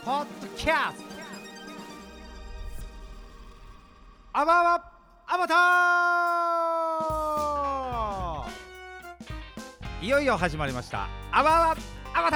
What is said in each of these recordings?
ポッドキャストアバター。いよいよ始まりましたアバタ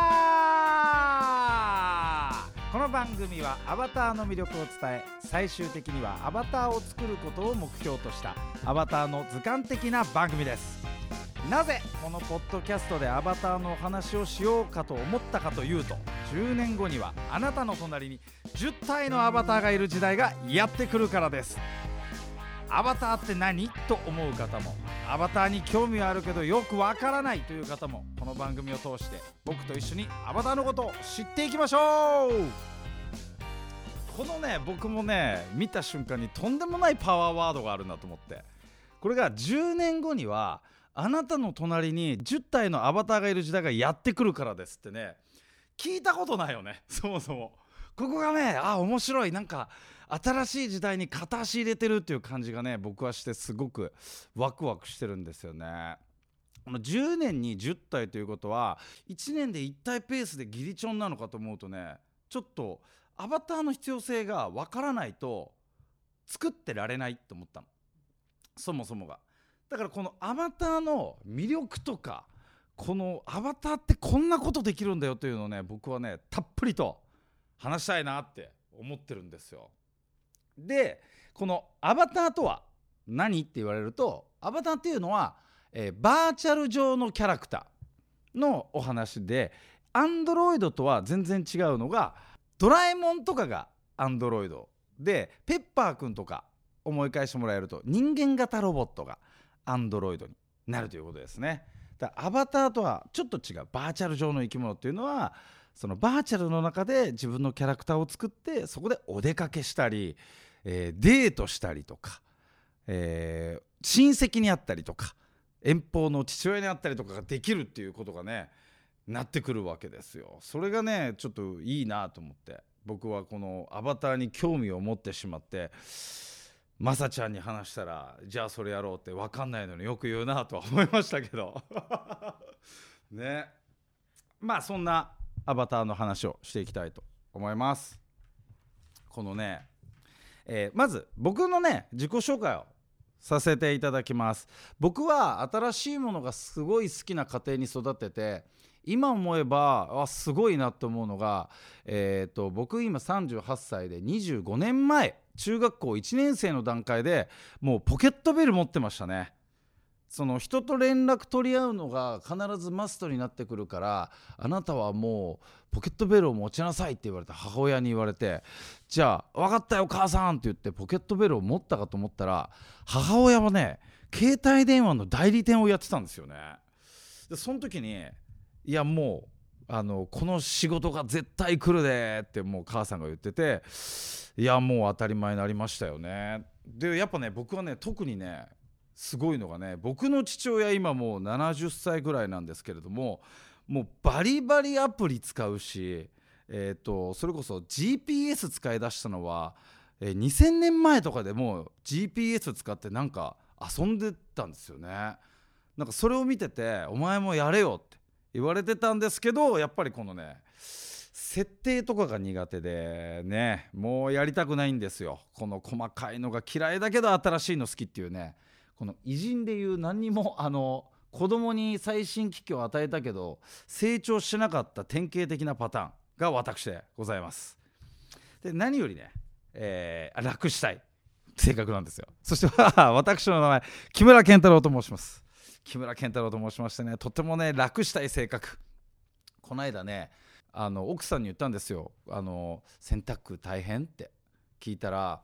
ー。この番組はアバターの魅力を伝え、最終的にはアバターを作ることを目標としたアバターの図鑑的な番組です。なぜこのポッドキャストでアバターのお話をしようかと思ったかというと、10年後にはあなたの隣に10体のアバターがいる時代がやってくるからです。アバターって何と思う方も、アバターに興味はあるけどよくわからないという方も、この番組を通して僕と一緒にアバターのことを知っていきましょう。このね、僕もね見た瞬間にとんでもないパワーワードがあるなと思って、これが10年後にはあなたの隣に10体のアバターがいる時代がやってくるからですってね、聞いたことないよね。そもそもここがね、面白い、なんか新しい時代に片足入れてるっていう感じがね、僕はしてすごくワクワクしてるんですよね。この10年に10体ということは1年で1体ペースでギリチョンなのかと思うとね、ちょっとアバターの必要性がわからないと作ってられないと思ったの、そもそもが。だからこのアバターの魅力とか、このアバターってこんなことできるんだよというのをね、僕はねたっぷりと話したいなって思ってるんですよ。で、このアバターとは何って言われると、アバターっていうのは、バーチャル上のキャラクターのお話で、アンドロイドとは全然違うのが、ドラえもんとかがアンドロイドで、ペッパーくんとか思い返してもらえると人間型ロボットがアンドロイドになるということですね。だからアバターとはちょっと違う、バーチャル上の生き物っていうのは、そのバーチャルの中で自分のキャラクターを作って、そこでお出かけしたり、デートしたりとか、親戚に会ったりとか、遠方の父親に会ったりとかができるっていうことがね、なってくるわけですよ。それがねちょっといいなと思って、僕はこのアバターに興味を持ってしまって、まさちゃんに話したら、じゃあそれやろうって分かんないのによく言うなとは思いましたけどね。まあそんなアバターの話をしていきたいと思います。このね、まず僕のね自己紹介をさせていただきます。僕は新しいものがすごい好きな家庭に育ってて、今思えばすごいなと思うのが、僕今38歳で、25年前中学校1年生の段階でもうポケットベル持ってましたね。その人と連絡取り合うのが必ずマストになってくるから、あなたはもうポケットベルを持ちなさいって言われて、母親に言われて、じゃあ分かったよ母さんって言ってポケットベルを持ったかと思ったら、母親はね携帯電話の代理店をやってたんですよね。でその時に、いやもうこの仕事が絶対来るでってもう母さんが言ってて、いやもう当たり前になりましたよね。でやっぱね、僕はね特にねすごいのがね、僕の父親今もう70歳ぐらいなんですけれども、もうバリバリアプリ使うし、それこそ GPS 使い出したのは、2000年前とかでもう GPS 使ってなんか遊んでたんですよね。なんかそれを見てて、お前もやれよって言われてたんですけど、やっぱりこのね設定とかが苦手でね、もうやりたくないんですよ。この細かいのが嫌いだけど新しいの好きっていうね、この偉人でいう何にも子供に最新機器を与えたけど成長しなかった典型的なパターンが私でございます。で何よりね、楽したい性格なんですよ。そして私の名前木村健太郎と申します。木村健太郎と申しましてね、とてもね楽したい性格。この間ね奥さんに言ったんですよ。洗濯大変って聞いたら、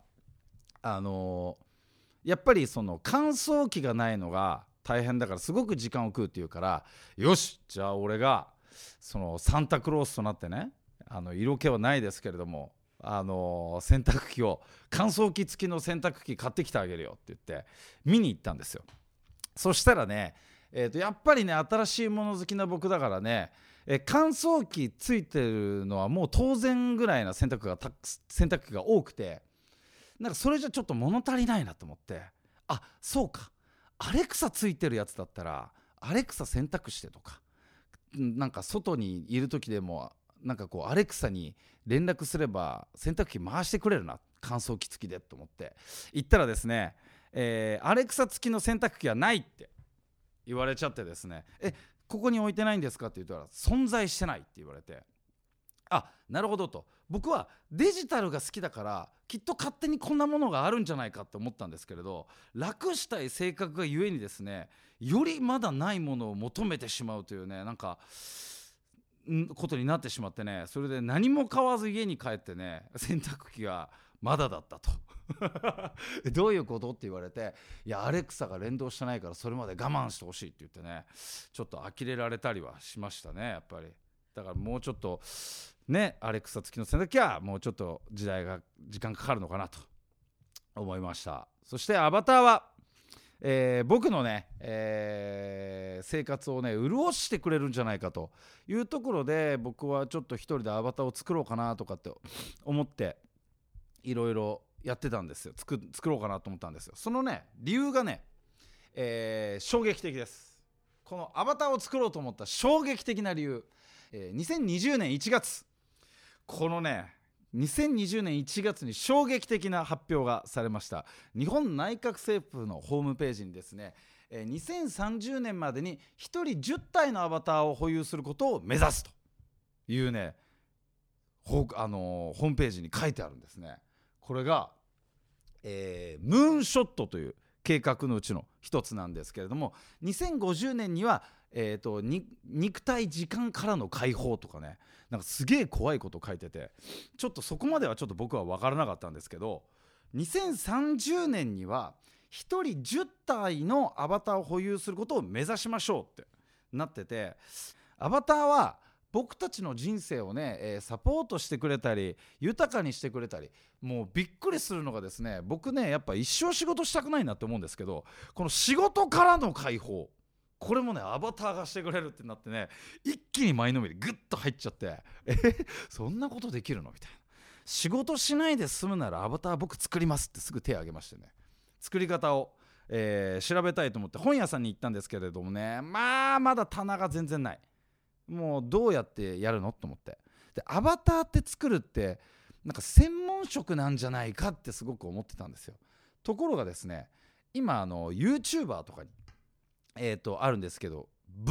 やっぱりその乾燥機がないのが大変だからすごく時間を食うっていうから、よしじゃあ俺がそのサンタクロースとなってね、色気はないですけれども、洗濯機を、乾燥機付きの洗濯機買ってきてあげるよって言って見に行ったんですよ。そしたらね、やっぱりね新しいもの好きな僕だからね、乾燥機ついてるのはもう当然ぐらいな洗濯機が多くて、なんかそれじゃちょっと物足りないなと思って、そうか、アレクサついてるやつだったらアレクサ洗濯してとか、なんか外にいる時でもなんかこうアレクサに連絡すれば洗濯機回してくれるな、乾燥機付きでと思って行ったらですね、アレクサ付きの洗濯機はないって言われちゃってですね、ここに置いてないんですかって言ったら存在してないって言われて、なるほどと。僕はデジタルが好きだからきっと勝手にこんなものがあるんじゃないかって思ったんですけれど、楽したい性格がゆえにですね、よりまだないものを求めてしまうというね、なんかことになってしまってね、それで何も買わず家に帰ってね、洗濯機がまだだったとどういうことって言われて、いやアレクサが連動してないからそれまで我慢してほしいって言ってね、ちょっと呆れられたりはしましたね。やっぱりだからもうちょっとね、アレクサ付きの洗濯機はもうちょっと時間かかるのかなと思いました。そしてアバターは、僕のね、生活をね潤してくれるんじゃないかというところで、僕はちょっと一人でアバターを作ろうかなとかって思っていろいろやってたんですよ。作ろうかなと思ったんですよ。そのね理由がね、衝撃的です。このアバターを作ろうと思った衝撃的な理由、2020年1月、このね2020年1月に衝撃的な発表がされました。日本内閣政府のホームページにですね、2030年までに1人10体のアバターを保有することを目指すというね、ホームページに書いてあるんですね。これが、ムーンショットという計画のうちの一つなんですけれども、2050年には、肉体時間からの解放とかね、なんかすげえ怖いこと書いてて、ちょっとそこまではちょっと僕は分からなかったんですけど、2030年には1人10体のアバターを保有することを目指しましょうってなってて、アバターは僕たちの人生をね、サポートしてくれたり豊かにしてくれたり、もうびっくりするのがですね、僕ねやっぱ一生仕事したくないなって思うんですけど、この仕事からの解放、これもねアバターがしてくれるってなってね、一気に前のめりグッと入っちゃって、そんなことできるのみたいな。仕事しないで済むならアバター僕作りますってすぐ手を挙げましてね、作り方を、調べたいと思って本屋さんに行ったんですけれどもね、まだ棚が全然ない。もうどうやってやるのと思って、でアバターって作るってなんか専門職なんじゃないかってすごく思ってたんですよ。ところがですね、今YouTuber とかにあるんですけど、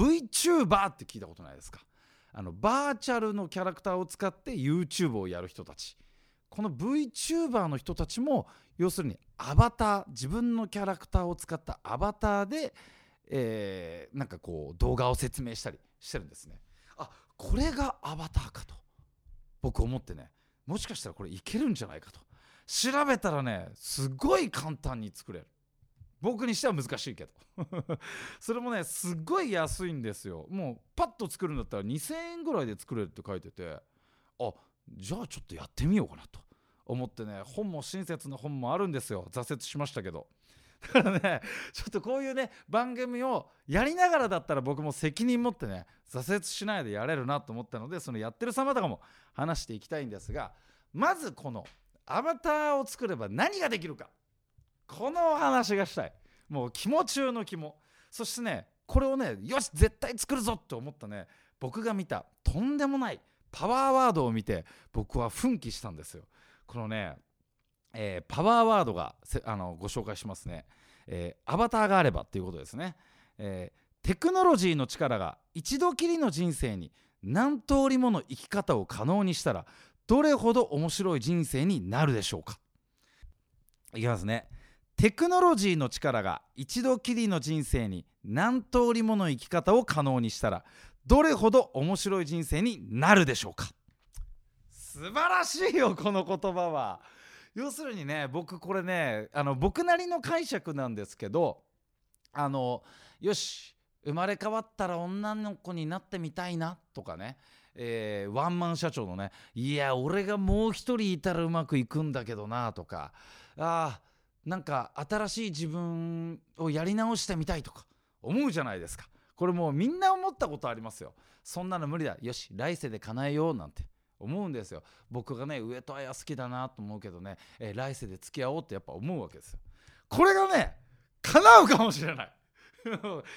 VTuber って聞いたことないですか？バーチャルのキャラクターを使って YouTube をやる人たち、この VTuber の人たちも要するにアバター、自分のキャラクターを使ったアバターで、なんかこう動画を説明したりしてるんですね。これがアバターかと僕思ってね、もしかしたらこれいけるんじゃないかと調べたらね、すごい簡単に作れる。僕にしては難しいけどそれもねすっごい安いんですよ。もうパッと作るんだったら2000円ぐらいで作れるって書いてて、じゃあちょっとやってみようかなと思ってね、本も親切な本もあるんですよ。挫折しましたけど。だからねちょっとこういうね番組をやりながらだったら僕も責任持ってね挫折しないでやれるなと思ったので、そのやってる様とかも話していきたいんですが、まずこのアバターを作れば何ができるか、このお話がしたい。もう肝中の肝。そしてねこれをねよし絶対作るぞって思ったね、僕が見たとんでもないパワーワードを見て僕は奮起したんですよ。このねパワーワードがご紹介しますね。アバターがあればっていうことですね。テクノロジーの力が一度きりの人生に何通りもの生き方を可能にしたらどれほど面白い人生になるでしょうか。いきますね。テクノロジーの力が一度きりの人生に何通りもの生き方を可能にしたらどれほど面白い人生になるでしょうか。素晴らしいよこの言葉は。要するにね、僕これね僕なりの解釈なんですけど、よし生まれ変わったら女の子になってみたいなとかね、ワンマン社長のね、いや俺がもう一人いたらうまくいくんだけどなとか、なんか新しい自分をやり直してみたいとか思うじゃないですか。これもうみんな思ったことありますよ。そんなの無理だ、よし来世で叶えようなんて思うんですよ。僕がね上戸彩好きだなと思うけどね、来世で付き合おうってやっぱ思うわけですよ。これがね叶うかもしれない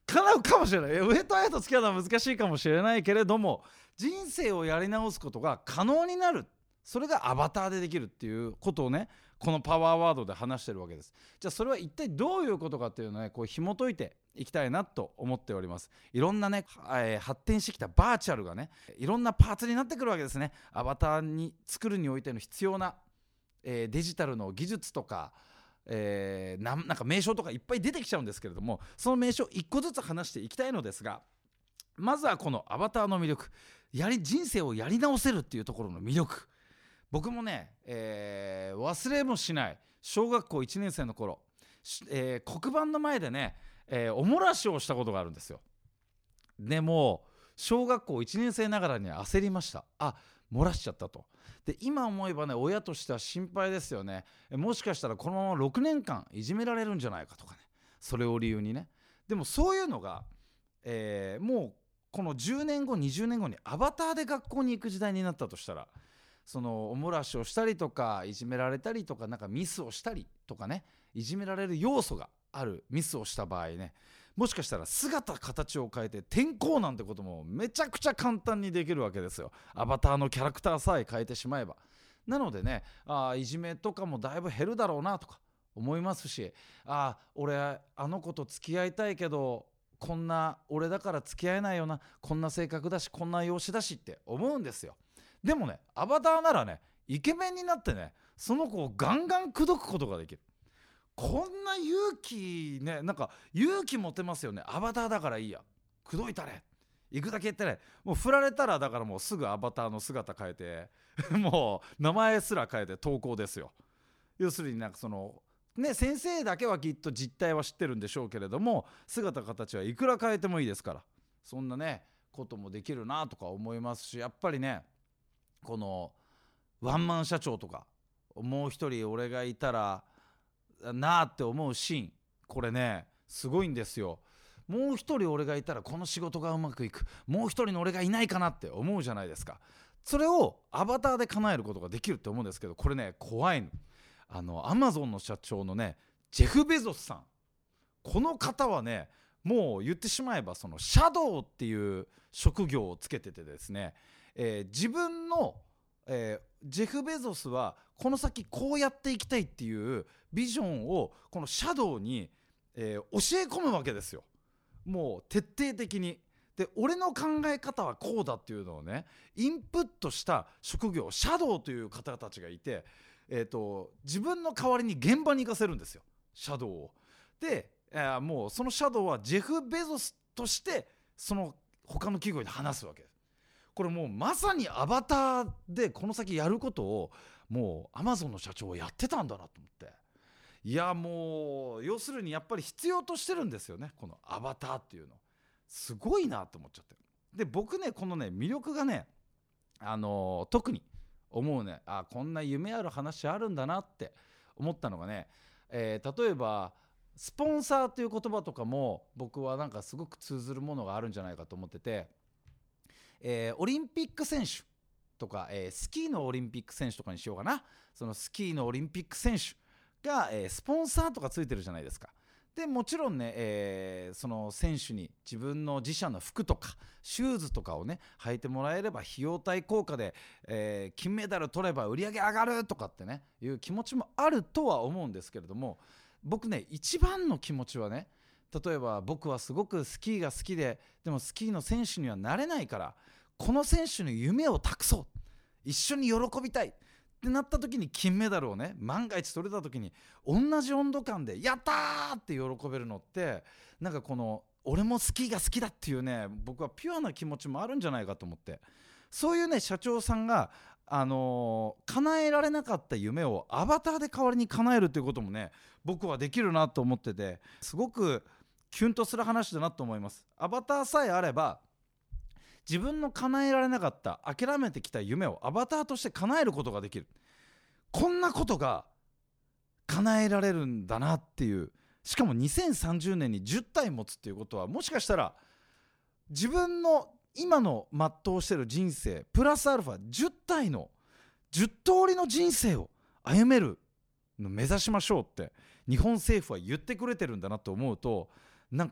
叶うかもしれない。上戸彩と付き合うのは難しいかもしれないけれども、人生をやり直すことが可能になる、それがアバターでできるっていうことをね、このパワーワードで話してるわけです。じゃあそれは一体どういうことかっていうのをね、こう紐解いていきたいなと思っております。いろんなね、発展してきたバーチャルがね、いろんなパーツになってくるわけですね。アバターに作るにおいての必要な、デジタルの技術とか、なんか名称とかいっぱい出てきちゃうんですけれども、その名称一個ずつ話していきたいのですが、まずはこのアバターの魅力、人生をやり直せるっていうところの魅力、僕もね、忘れもしない小学校1年生の頃、黒板の前でね、おもらしをしたことがあるんですよ。でも小学校1年生ながらに焦りました。漏らしちゃったと。で今思えばね、親としては心配ですよね。もしかしたらこのまま6年間いじめられるんじゃないかとかね、それを理由にね。でもそういうのが、もうこの10年後20年後にアバターで学校に行く時代になったとしたら、そのおもらしをしたりとか、いじめられたりとか、なんかミスをしたりとかね、いじめられる要素があるミスをした場合ね、もしかしたら姿形を変えて転校なんてこともめちゃくちゃ簡単にできるわけですよ。アバターのキャラクターさえ変えてしまえば。なのでね、いじめとかもだいぶ減るだろうなとか思いますし、俺あの子と付き合いたいけど、こんな俺だから付き合えないよな、こんな性格だしこんな容姿だしって思うんですよ。でもね、アバターならね、イケメンになってね、その子をガンガン口説くことができる。こんな勇気ね、なんか勇気持てますよね。アバターだからいいや、口説いたれ、行くだけ言ってね。もう振られたらだからもうすぐアバターの姿変えてもう名前すら変えて投稿ですよ。要するになんかそのね、先生だけはきっと実態は知ってるんでしょうけれども、姿形はいくら変えてもいいですから、そんなねこともできるなとか思いますし、やっぱりね、このワンマン社長とか、もう一人俺がいたらなあって思うシーン、これねすごいんですよ。もう一人俺がいたらこの仕事がうまくいく、もう一人の俺がいないかなって思うじゃないですか。それをアバターで叶えることができるって思うんですけど、これね怖いの。アマゾンの社長のねジェフ・ベゾスさん、この方はね、もう言ってしまえばそのシャドウっていう職業をつけててですね、自分の、ジェフ・ベゾスはこの先こうやっていきたいっていうビジョンをこのシャドウに、教え込むわけですよ。もう徹底的に。で俺の考え方はこうだっていうのをねインプットした職業、シャドウという方たちがいて、自分の代わりに現場に行かせるんですよ、シャドウを。で、もうそのシャドウはジェフ・ベゾスとしてその他の企業で話すわけです。これもうまさにアバターでこの先やることをもうアマゾンの社長はやってたんだなと思って、いやもう要するにやっぱり必要としてるんですよね、このアバターっていうの。すごいなと思っちゃって。で僕ねこのね魅力がね、特に思うね、こんな夢ある話あるんだなって思ったのがね、例えばスポンサーという言葉とかも僕はなんかすごく通ずるものがあるんじゃないかと思ってて、オリンピック選手とか、スキーのオリンピック選手とかにしようかな。そのスキーのオリンピック選手が、スポンサーとかついてるじゃないですか。でもちろんね、その選手に自分の自社の服とかシューズとかをね履いてもらえれば費用対効果で、金メダル取れば売り上げ上がるとかってねいう気持ちもあるとは思うんですけれども、僕ね一番の気持ちはね、例えば僕はすごくスキーが好きでもスキーの選手にはなれないから、この選手の夢を託そう、一緒に喜びたいってなった時に金メダルをね万が一取れた時に同じ温度感でやったーって喜べるのって、なんかこの俺もスキーが好きだっていうね、僕はピュアな気持ちもあるんじゃないかと思って、そういうね社長さんが叶えられなかった夢をアバターで代わりに叶えるっていうこともね僕はできるなと思ってて、すごくキュンとする話だなと思います。アバターさえあれば自分の叶えられなかった諦めてきた夢をアバターとして叶えることができる。こんなことが叶えられるんだなっていう。しかも2030年に10体持つっていうことは、もしかしたら自分の今の全うしてる人生プラスアルファ10体の10通りの人生を歩めるの目指しましょうって日本政府は言ってくれてるんだなと思うと、なんか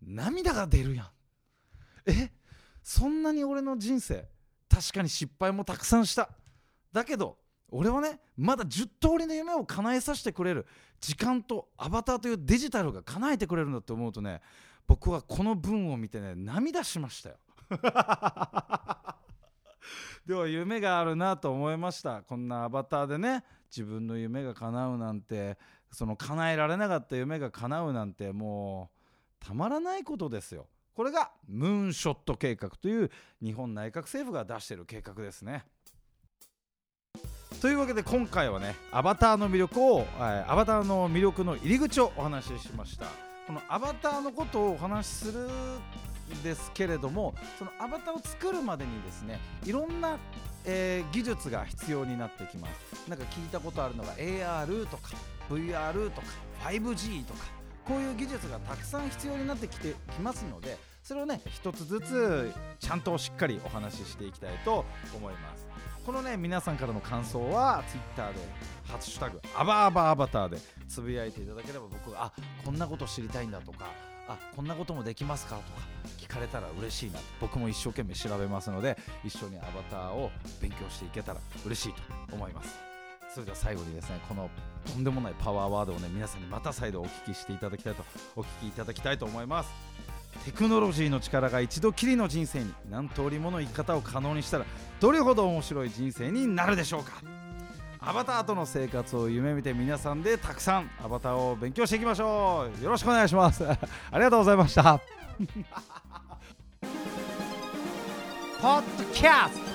涙が出るやん。そんなに俺の人生、確かに失敗もたくさんした。だけど俺はね、まだ10通りの夢を叶えさせてくれる時間とアバターというデジタルが叶えてくれるんだって思うとね、僕はこの文を見てね、涙しましたよでは夢があるなと思いました。こんなアバターでね、自分の夢が叶うなんて、その叶えられなかった夢が叶うなんて、もうたまらないことですよ。これがムーンショット計画という日本内閣政府が出している計画ですね。というわけで今回はね、アバターの魅力の入り口をお話ししました。このアバターのことをお話しするんですけれども、そのアバターを作るまでにですね、いろんな、技術が必要になってきます。なんか聞いたことあるのが AR とか VR とか 5G とか、こういう技術がたくさん必要になってきますので、それをね一つずつちゃんとしっかりお話ししていきたいと思います。このね、皆さんからの感想は Twitter でハッシュタグアバアバアバターでつぶやいていただければ、僕がこんなこと知りたいんだとか、こんなこともできますかとか聞かれたら嬉しいなと、僕も一生懸命調べますので、一緒にアバターを勉強していけたら嬉しいと思います。それでは最後にですね、このとんでもないパワーワードをね、皆さんにまた再度お聞きいただきたいと思います。テクノロジーの力が一度きりの人生に何通りもの生き方を可能にしたら、どれほど面白い人生になるでしょうか。アバターとの生活を夢見て、皆さんでたくさんアバターを勉強していきましょう。よろしくお願いしますありがとうございましたポッドキャスト